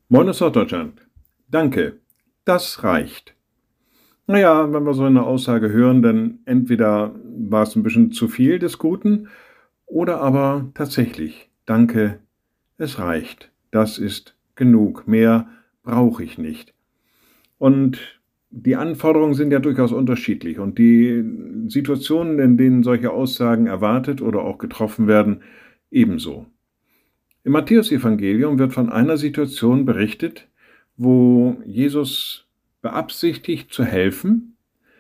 Moin aus Norddeutschland. Danke, das reicht. Naja, wenn wir so eine Aussage hören, dann entweder war es ein bisschen zu viel des Guten oder aber tatsächlich, danke, es reicht. Das ist genug. Mehr brauche ich nicht. Und die Anforderungen sind ja durchaus unterschiedlich und die Situationen, in denen solche Aussagen erwartet oder auch getroffen werden, ebenso. Im Matthäusevangelium wird von einer Situation berichtet, wo Jesus beabsichtigt zu helfen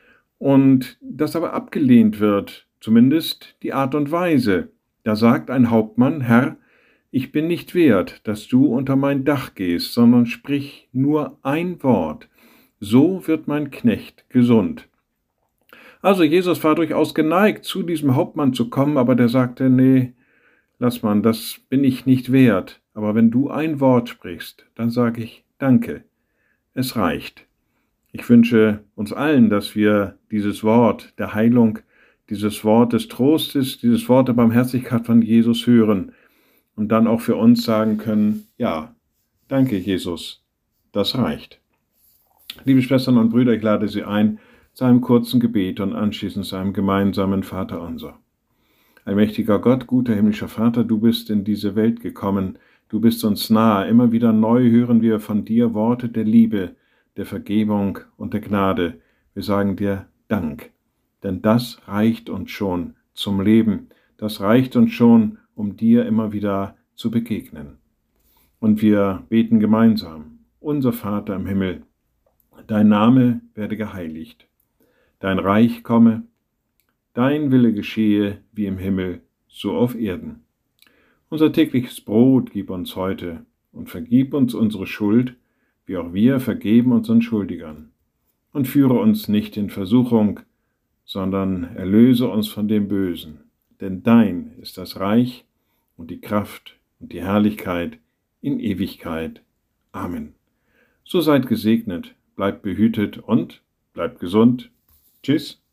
und das aber abgelehnt wird, zumindest die Art und Weise. Da sagt ein Hauptmann: Herr, ich bin nicht wert, dass du unter mein Dach gehst, sondern sprich nur ein Wort. So wird mein Knecht gesund. Also Jesus war durchaus geneigt, zu diesem Hauptmann zu kommen, aber der sagte: Nee, lass mal, das bin ich nicht wert. Aber wenn du ein Wort sprichst, dann sage ich Danke. Es reicht. Ich wünsche uns allen, dass wir dieses Wort der Heilung, dieses Wort des Trostes, dieses Wort der Barmherzigkeit von Jesus hören und dann auch für uns sagen können: Ja, danke Jesus, das reicht. Liebe Schwestern und Brüder, ich lade Sie ein zu einem kurzen Gebet und anschließend zu einem gemeinsamen Vaterunser. Allmächtiger Gott, guter himmlischer Vater, du bist in diese Welt gekommen, du bist uns nahe, immer wieder neu hören wir von dir Worte der Liebe, der Vergebung und der Gnade. Wir sagen dir Dank, denn das reicht uns schon zum Leben, das reicht uns schon, um dir immer wieder zu begegnen. Und wir beten gemeinsam: Unser Vater im Himmel, dein Name werde geheiligt, dein Reich komme, dein Wille geschehe wie im Himmel, so auf Erden. Unser tägliches Brot gib uns heute und vergib uns unsere Schuld, wie auch wir vergeben unseren Schuldigern. Und führe uns nicht in Versuchung, sondern erlöse uns von dem Bösen. Denn dein ist das Reich und die Kraft und die Herrlichkeit in Ewigkeit. Amen. So seid gesegnet, bleibt behütet und bleibt gesund. Tschüss.